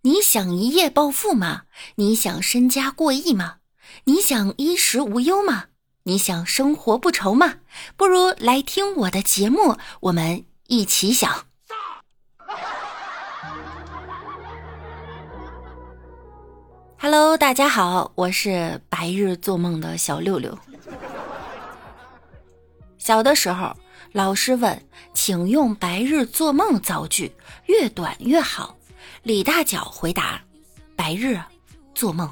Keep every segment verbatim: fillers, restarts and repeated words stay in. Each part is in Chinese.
你想一夜暴富吗？你想身家过亿吗？你想衣食无忧吗？你想生活不愁吗？不如来听我的节目，我们一起想。Hello， 大家好，我是白日做梦的小六六。小的时候，老师问，请用白日做梦造句，越短越好。李大脚回答，白日做梦。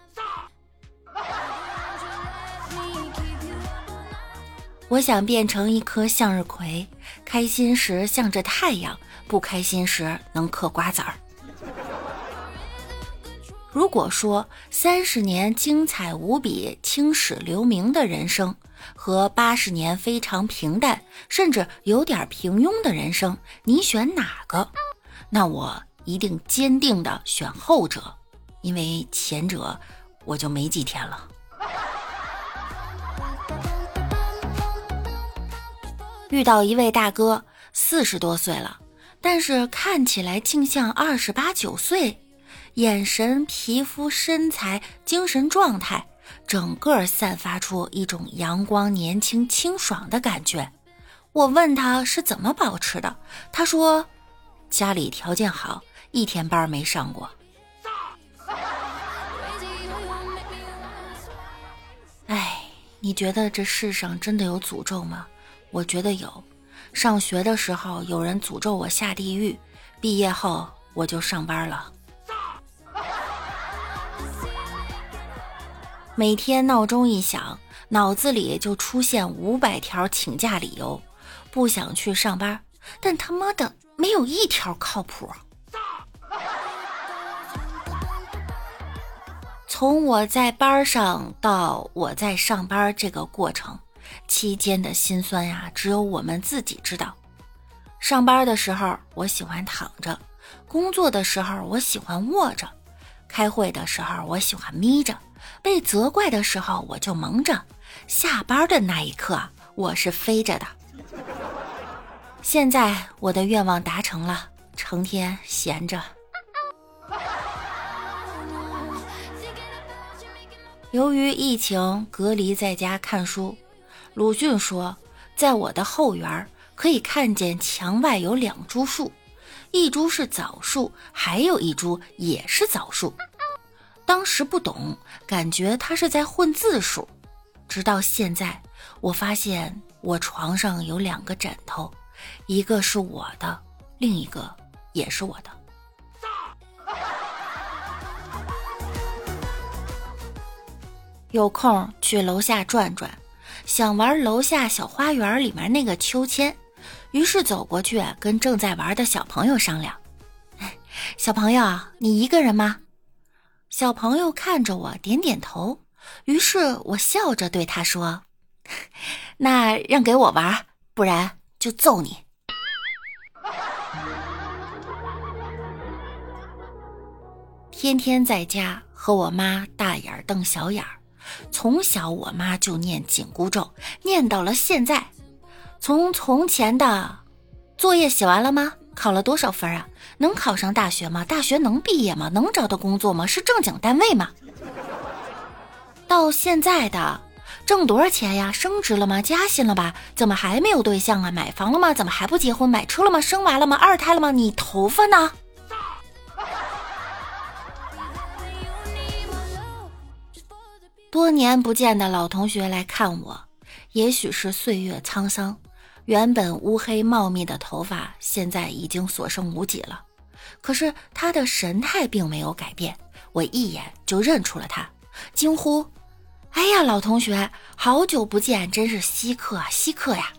我想变成一颗向日葵，开心时向着太阳，不开心时能嗑瓜子儿。如果说三十年精彩无比、青史留名的人生和八十年非常平淡甚至有点平庸的人生，你选哪个？那我一定坚定地选后者，因为前者我就没几天了。遇到一位大哥，四十多岁了，但是看起来竟像二十八九岁，眼神、皮肤、身材、精神状态，整个散发出一种阳光、年轻、清爽的感觉。我问他是怎么保持的，他说家里条件好，一天班没上过。哎，你觉得这世上真的有诅咒吗？我觉得有。上学的时候有人诅咒我下地狱，毕业后我就上班了。每天闹钟一响，脑子里就出现五百条请假理由，不想去上班，但他妈的没有一条靠谱。从我在班上到我在上班这个过程期间的辛酸呀，只有我们自己知道。上班的时候我喜欢躺着，工作的时候我喜欢卧着，开会的时候我喜欢眯着，被责怪的时候我就蒙着，下班的那一刻我是飞着的。现在我的愿望达成了，成天闲着。由于疫情隔离在家看书，鲁迅说，在我的后园可以看见墙外有两株树，一株是枣树，还有一株也是枣树。当时不懂，感觉他是在混字数，直到现在我发现我床上有两个枕头，一个是我的，另一个也是我的。有空去楼下转转，想玩楼下小花园里面那个秋千，于是走过去跟正在玩的小朋友商量，小朋友，你一个人吗？小朋友看着我点点头，于是我笑着对他说，那让给我玩，不然就揍你。天天在家和我妈大眼瞪小眼，从小我妈就念紧箍咒，念到了现在。从从前的作业写完了吗？考了多少分啊？能考上大学吗？大学能毕业吗？能找到工作吗？是正经单位吗？到现在的挣多少钱呀？升职了吗？加薪了吧？怎么还没有对象啊？买房了吗？怎么还不结婚？买车了吗？生娃了吗？二胎了吗？你头发呢？多年不见的老同学来看我，也许是岁月沧桑，原本乌黑茂密的头发现在已经所剩无几了，可是他的神态并没有改变，我一眼就认出了他，惊呼，哎呀，老同学，好久不见，真是稀客啊，稀客呀。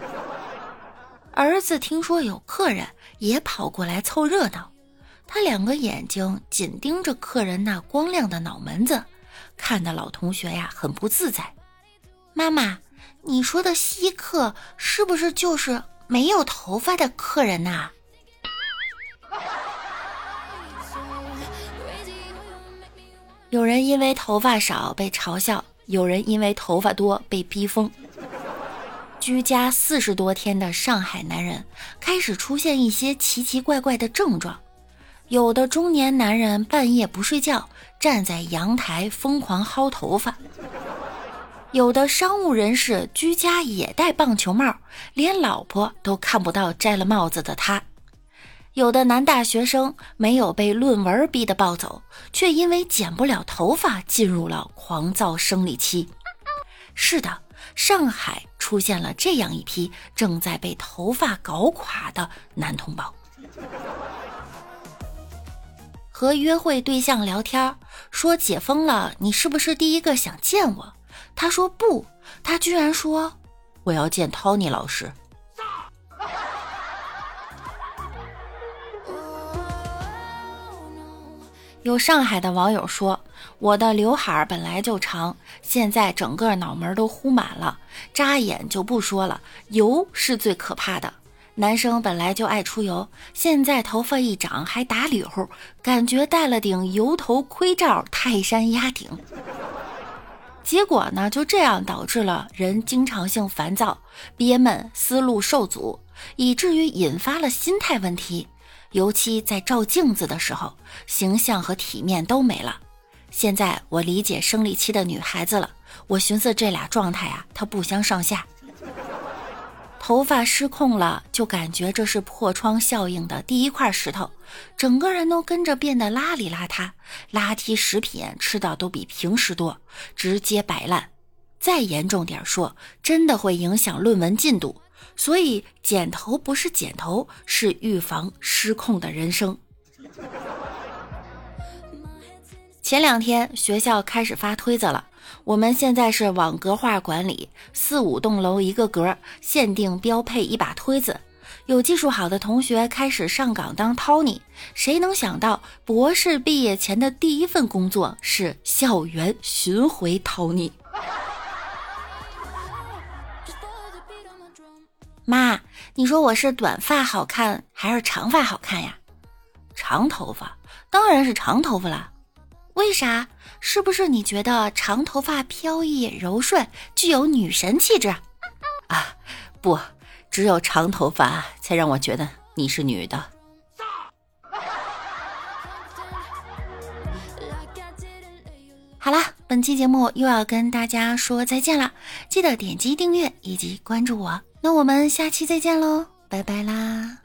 儿子听说有客人，也跑过来凑热闹，他两个眼睛紧盯着客人那光亮的脑门子，看得老同学呀很不自在。妈妈，你说的稀客是不是就是没有头发的客人呐？有人因为头发少被嘲笑，有人因为头发多被逼疯。居家四十多天的上海男人开始出现一些奇奇怪怪的症状， 有的中年男人半夜不睡觉，站在阳台疯狂薅头发。有的商务人士居家也戴棒球帽，连老婆都看不到摘了帽子的他。有的男大学生没有被论文逼得暴走，却因为剪不了头发进入了狂躁生理期。是的，上海出现了这样一批正在被头发搞垮的男同胞。和约会对象聊天，说解封了，你是不是第一个想见我？他说不，他居然说我要见 Tony 老师。有上海的网友说，我的刘海本来就长，现在整个脑门都糊满了，扎眼就不说了，油是最可怕的。男生本来就爱出油，现在头发一长还打绺，感觉戴了顶油头盔罩，泰山压顶。结果呢，就这样导致了人经常性烦躁、憋闷、思路受阻，以至于引发了心态问题。尤其在照镜子的时候，形象和体面都没了。现在我理解生理期的女孩子了，我寻思这俩状态啊，它不相上下。头发失控了，就感觉这是破窗效应的第一块石头，整个人都跟着变得邋里邋遢，垃圾食品吃的都比平时多，直接摆烂。再严重点说，真的会影响论文进度。所以剪头不是剪头，是预防失控的人生。前两天学校开始发推子了，我们现在是网格化管理，四五栋楼一个格，限定标配一把推子。有技术好的同学开始上岗当 Tony， 谁能想到博士毕业前的第一份工作是校园巡回 Tony。妈，你说我是短发好看还是长发好看呀？长头发，当然是长头发啦。为啥？是不是你觉得长头发飘逸柔顺，具有女神气质？啊，不，只有长头发才让我觉得你是女的。好啦，本期节目又要跟大家说再见了，记得点击订阅以及关注我。那我们下期再见喽，拜拜啦。